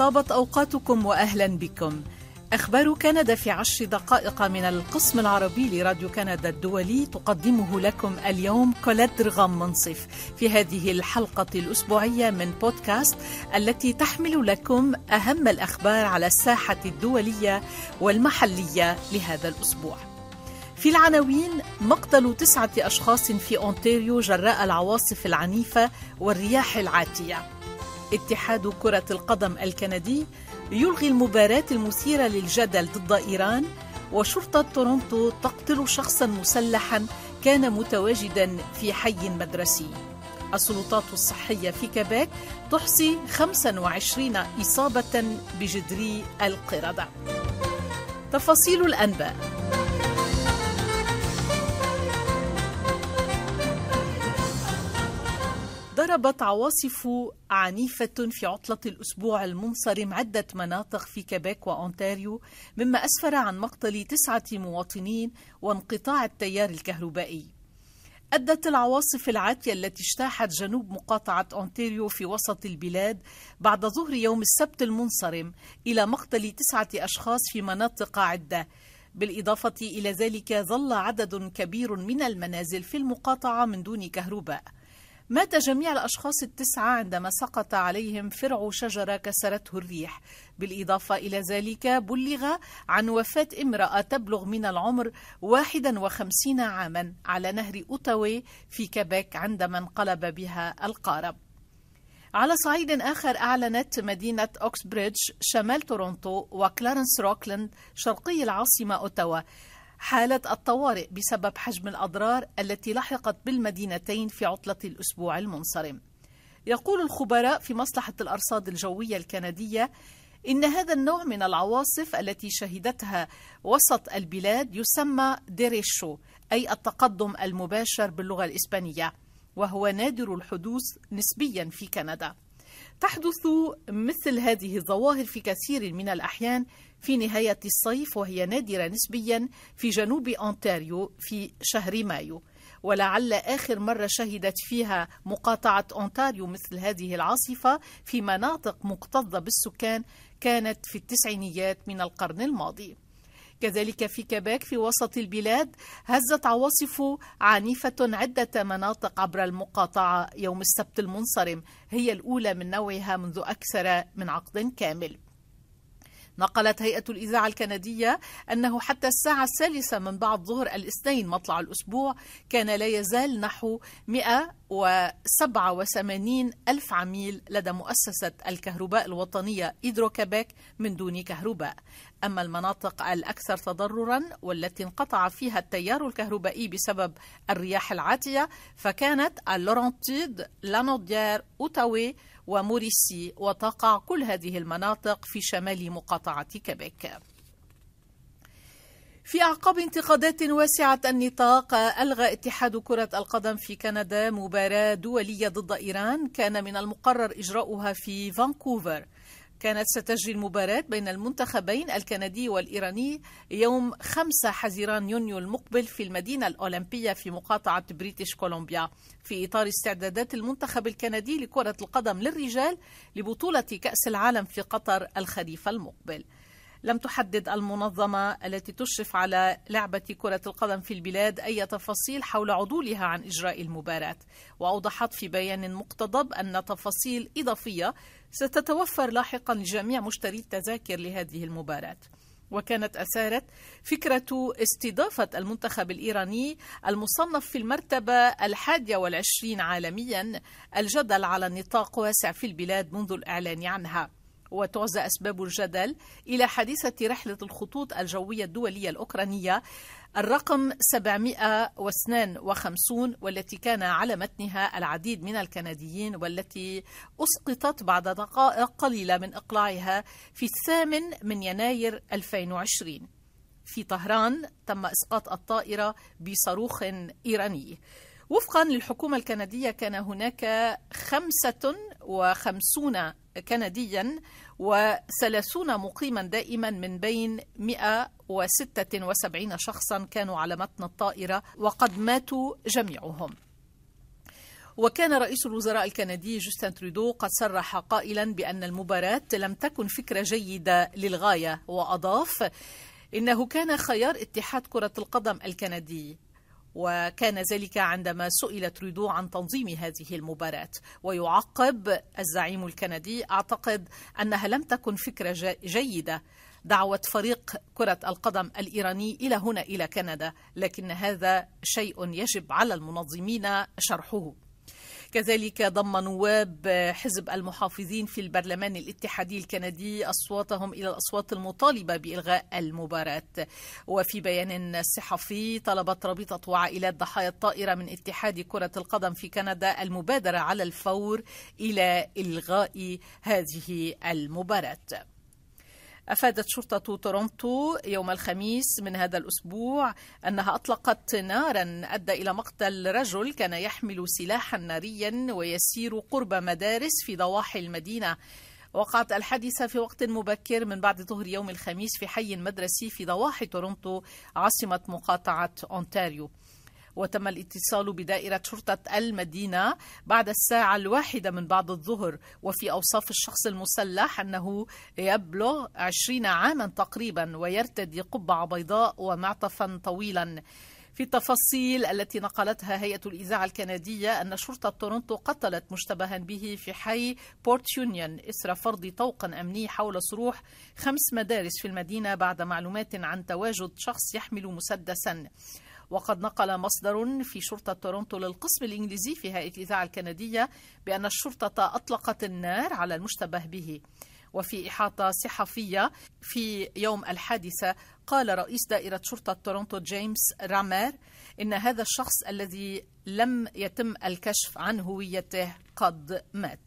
طابت أوقاتكم وأهلا بكم. أخبار كندا في 10 دقائق من القسم العربي لراديو كندا الدولي تقدمه لكم اليوم كوليت رغم منصف في هذه الحلقة الأسبوعية من بودكاست التي تحمل لكم أهم الأخبار على الساحة الدولية والمحلية لهذا الأسبوع. في العناوين: مقتل 9 أشخاص في أونتاريو جراء العواصف العنيفة والرياح العاتية. اتحاد كرة القدم الكندي يلغي المباراة المثيرة للجدل ضد إيران، وشرطة تورونتو تقتل شخصاً مسلحاً كان متواجداً في حي مدرسي. السلطات الصحية في كيبيك تحصي 25 إصابة بجدري القردة. تفاصيل الأنباء. ضربت عواصف عنيفة في عطلة الأسبوع المنصرم عدة مناطق في كيبيك وأونتاريو، مما أسفر عن مقتل 9 مواطنين وانقطاع التيار الكهربائي. أدت العواصف العاتية التي اجتاحت جنوب مقاطعة أونتاريو في وسط البلاد بعد ظهر يوم السبت المنصرم إلى مقتل 9 أشخاص في مناطق عدة. بالإضافة إلى ذلك ظل عدد كبير من المنازل في المقاطعة من دون كهرباء. مات جميع الأشخاص 9 عندما سقط عليهم فرع شجرة كسرته الريح. بالإضافة إلى ذلك بلغ عن وفاة امرأة تبلغ من العمر 51 عاما على نهر أوتاوي في كيبيك عندما انقلب بها القارب. على صعيد آخر، أعلنت مدينة أوكسبريدج شمال تورونتو وكلارنس روكلاند شرقي العاصمة أوتاوا حالة الطوارئ بسبب حجم الأضرار التي لحقت بالمدينتين في عطلة الأسبوع المنصرم. يقول الخبراء في مصلحة الأرصاد الجوية الكندية إن هذا النوع من العواصف التي شهدتها وسط البلاد يسمى ديريشو، أي التقدم المباشر باللغة الإسبانية، وهو نادر الحدوث نسبيا في كندا. تحدث مثل هذه الظواهر في كثير من الأحيان في نهاية الصيف، وهي نادرة نسبيا في جنوب أونتاريو في شهر مايو. ولعل آخر مرة شهدت فيها مقاطعة أونتاريو مثل هذه العاصفة في مناطق مكتظة بالسكان كانت في التسعينيات من القرن الماضي. كذلك في كيبيك في وسط البلاد هزت عواصف عنيفة عدة مناطق عبر المقاطعة يوم السبت المنصرم، هي الأولى من نوعها منذ أكثر من عقد كامل. نقلت هيئة الإذاعة الكندية أنه حتى الساعة 3 من بعد ظهر الاثنين مطلع الأسبوع كان لا يزال نحو 187 ألف عميل لدى مؤسسة الكهرباء الوطنية إيدرو كيبيك من دون كهرباء. أما المناطق الأكثر تضررا والتي انقطع فيها التيار الكهربائي بسبب الرياح العاتية فكانت اللورنتيد، لانودير، أوتاوي وموريسي، وتقع كل هذه المناطق في شمال مقاطعة كيبيك. في أعقاب انتقادات واسعة النطاق، ألغى اتحاد كرة القدم في كندا مباراة دولية ضد إيران كان من المقرر إجراؤها في فانكوفر. كانت ستجري المباراة بين المنتخبين الكندي والإيراني يوم 5 حزيران يونيو المقبل في المدينة الأولمبية في مقاطعة بريتش كولومبيا، في إطار استعدادات المنتخب الكندي لكرة القدم للرجال لبطولة كأس العالم في قطر الخريف المقبل. لم تحدد المنظمة التي تشرف على لعبة كرة القدم في البلاد أي تفاصيل حول عدولها عن إجراء المباراة، وأوضحت في بيان مقتضب أن تفاصيل إضافية ستتوفر لاحقا لجميع مشتري التذاكر لهذه المباراة. وكانت أثارت فكرة استضافة المنتخب الإيراني المصنف في المرتبة 21 عالميا الجدل على نطاق واسع في البلاد منذ الإعلان عنها. وتعزى أسباب الجدل إلى حادثة رحلة الخطوط الجوية الدولية الأوكرانية الرقم 752 والتي كان على متنها العديد من الكنديين، والتي أسقطت بعد دقائق قليلة من إقلاعها في 8 يناير 2020. في طهران تم إسقاط الطائرة بصاروخ إيراني. وفقا للحكومة الكندية كان هناك 55 كنديا و30 مقيما دائما من بين 176 شخصا كانوا على متن الطائرة، وقد ماتوا جميعهم. وكان رئيس الوزراء الكندي جوستن ترودو قد صرح قائلا بأن المباراة لم تكن فكرة جيدة للغاية، وأضاف إنه كان خيار اتحاد كرة القدم الكندي، وكان ذلك عندما سئل ترودو عن تنظيم هذه المباراة. ويعقب الزعيم الكندي: أعتقد أنها لم تكن فكرة جيدة دعوة فريق كرة القدم الإيراني إلى هنا إلى كندا، لكن هذا شيء يجب على المنظمين شرحه. كذلك ضم نواب حزب المحافظين في البرلمان الاتحادي الكندي أصواتهم إلى الأصوات المطالبة بإلغاء المباراة. وفي بيان صحفي طلبت رابطة وعائلات ضحايا الطائرة من اتحاد كرة القدم في كندا المبادرة على الفور إلى إلغاء هذه المباراة. أفادت شرطة تورونتو يوم الخميس من هذا الأسبوع أنها أطلقت نارا أدى إلى مقتل رجل كان يحمل سلاحا ناريا ويسير قرب مدارس في ضواحي المدينة. وقعت الحادثة في وقت مبكر من بعد ظهر يوم الخميس في حي مدرسي في ضواحي تورونتو عاصمة مقاطعة أونتاريو. وتم الاتصال بدائرة شرطة المدينة بعد الساعة 1 من بعد الظهر، وفي أوصاف الشخص المسلح أنه يبلغ 20 عاما تقريبا ويرتدي قبعة بيضاء ومعطفا طويلا. في التفاصيل التي نقلتها هيئة الإذاعة الكندية أن شرطة تورونتو قتلت مشتبها به في حي بورت يونيون إثر فرض طوق أمني حول سروح 5 مدارس في المدينة بعد معلومات عن تواجد شخص يحمل مسدسا. وقد نقل مصدر في شرطة تورونتو للقسم الإنجليزي في هيئة الإذاعة الكندية بأن الشرطة أطلقت النار على المشتبه به. وفي إحاطة صحفية في يوم الحادثة قال رئيس دائرة شرطة تورونتو جيمس رامير إن هذا الشخص الذي لم يتم الكشف عن هويته قد مات.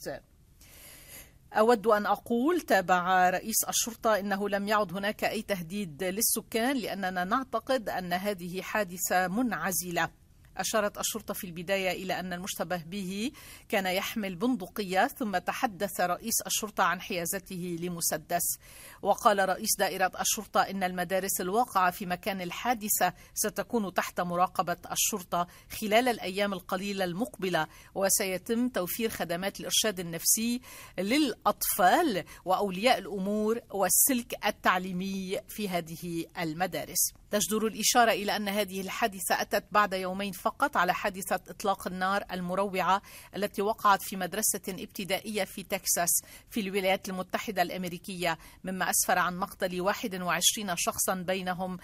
أود أن أقول، تابع رئيس الشرطة، إنه لم يعد هناك أي تهديد للسكان لأننا نعتقد أن هذه حادثة منعزلة. أشارت الشرطة في البداية إلى أن المشتبه به كان يحمل بندقية، ثم تحدث رئيس الشرطة عن حيازته لمسدس. وقال رئيس دائرة الشرطة إن المدارس الواقعة في مكان الحادثة ستكون تحت مراقبة الشرطة خلال الأيام القليلة المقبلة، وسيتم توفير خدمات الإرشاد النفسي للأطفال وأولياء الأمور والسلك التعليمي في هذه المدارس. تجدر الإشارة إلى أن هذه الحادثة أتت بعد يومين فقط على حادثة إطلاق النار المروعة التي وقعت في مدرسة ابتدائية في تكساس في الولايات المتحدة الأمريكية، مما أسفر عن مقتل 21 شخصا بينهم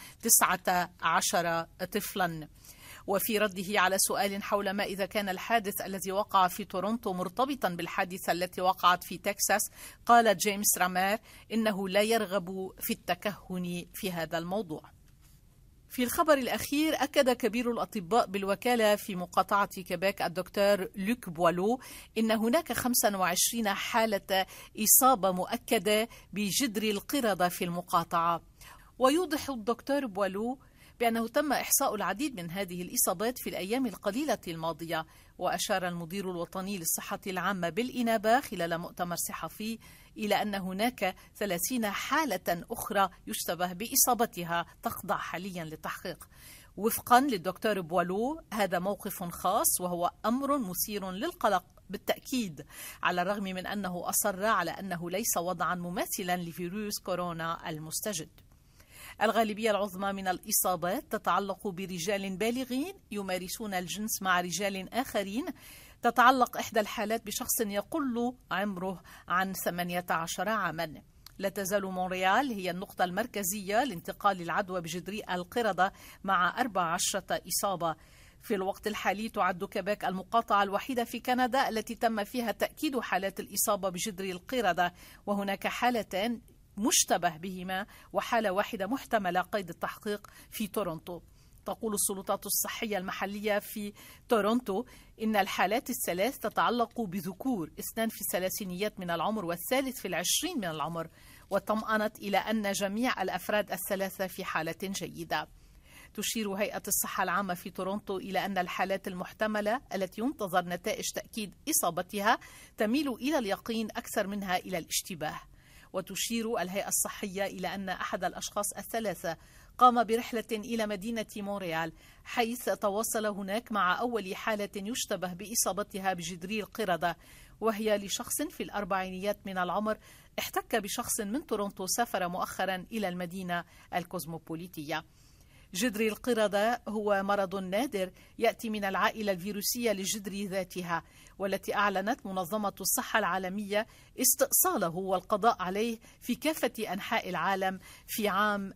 19 طفلا. وفي رده على سؤال حول ما إذا كان الحادث الذي وقع في تورونتو مرتبطا بالحادثة التي وقعت في تكساس، قال جيمس رامير إنه لا يرغب في التكهن في هذا الموضوع. في الخبر الأخير، أكد كبير الأطباء بالوكالة في مقاطعة كيبيك الدكتور لوك بوالو إن هناك 25 حالة إصابة مؤكدة بجدري القردة في المقاطعة. ويوضح الدكتور بوالو بأنه تم إحصاء العديد من هذه الإصابات في الأيام القليلة الماضية. وأشار المدير الوطني للصحة العامة بالإنابة خلال مؤتمر صحفي إلى أن هناك 30 حالة أخرى يشتبه بإصابتها تخضع حاليا للتحقيق. وفقا للدكتور بوالو، هذا موقف خاص وهو أمر مثير للقلق بالتأكيد، على الرغم من أنه أصر على أنه ليس وضعا مماثلا لفيروس كورونا المستجد. الغالبية العظمى من الإصابات تتعلق برجال بالغين يمارسون الجنس مع رجال آخرين. تتعلق إحدى الحالات بشخص يقل عمره عن 18 عاما. لا تزال مونريال هي النقطة المركزية لانتقال العدوى بجدري القردة مع 14 إصابة. في الوقت الحالي تعد كيبيك المقاطعة الوحيدة في كندا التي تم فيها تأكيد حالات الإصابة بجدري القردة، وهناك حالتان مشتبه بهما وحالة واحدة محتملة قيد التحقيق في تورونتو. تقول السلطات الصحية المحلية في تورونتو إن الحالات الثلاث تتعلق بذكور، 2 في الثلاثينيات من العمر والثالث في 20 من العمر، وطمأنت إلى أن جميع الأفراد الثلاثة في حالة جيدة. تشير هيئة الصحة العامة في تورونتو إلى أن الحالات المحتملة التي ينتظر نتائج تأكيد إصابتها تميل إلى اليقين أكثر منها إلى الاشتباه. وتشير الهيئة الصحية إلى أن أحد الأشخاص الثلاثة قام برحلة إلى مدينة مونريال، حيث تواصل هناك مع أول حالة يشتبه بإصابتها بجدري القردة، وهي لشخص في الأربعينيات من العمر احتك بشخص من تورونتو سافر مؤخرا إلى المدينة الكوزموبوليتية. جدري القردة هو مرض نادر يأتي من العائلة الفيروسية للجدري ذاتها، والتي أعلنت منظمة الصحة العالمية استئصاله والقضاء عليه في كافة أنحاء العالم في عام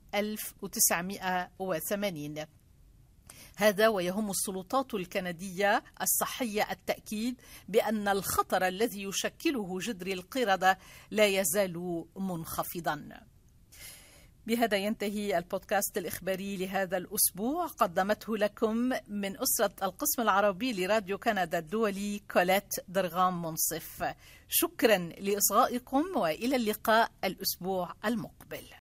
1980. هذا ويهم السلطات الكندية الصحية التأكيد بأن الخطر الذي يشكله جدري القردة لا يزال منخفضا. بهذا ينتهي البودكاست الإخباري لهذا الأسبوع، قدمته لكم من أسرة القسم العربي لراديو كندا الدولي كولات درغام منصف. شكرا لإصغائكم، وإلى اللقاء الأسبوع المقبل.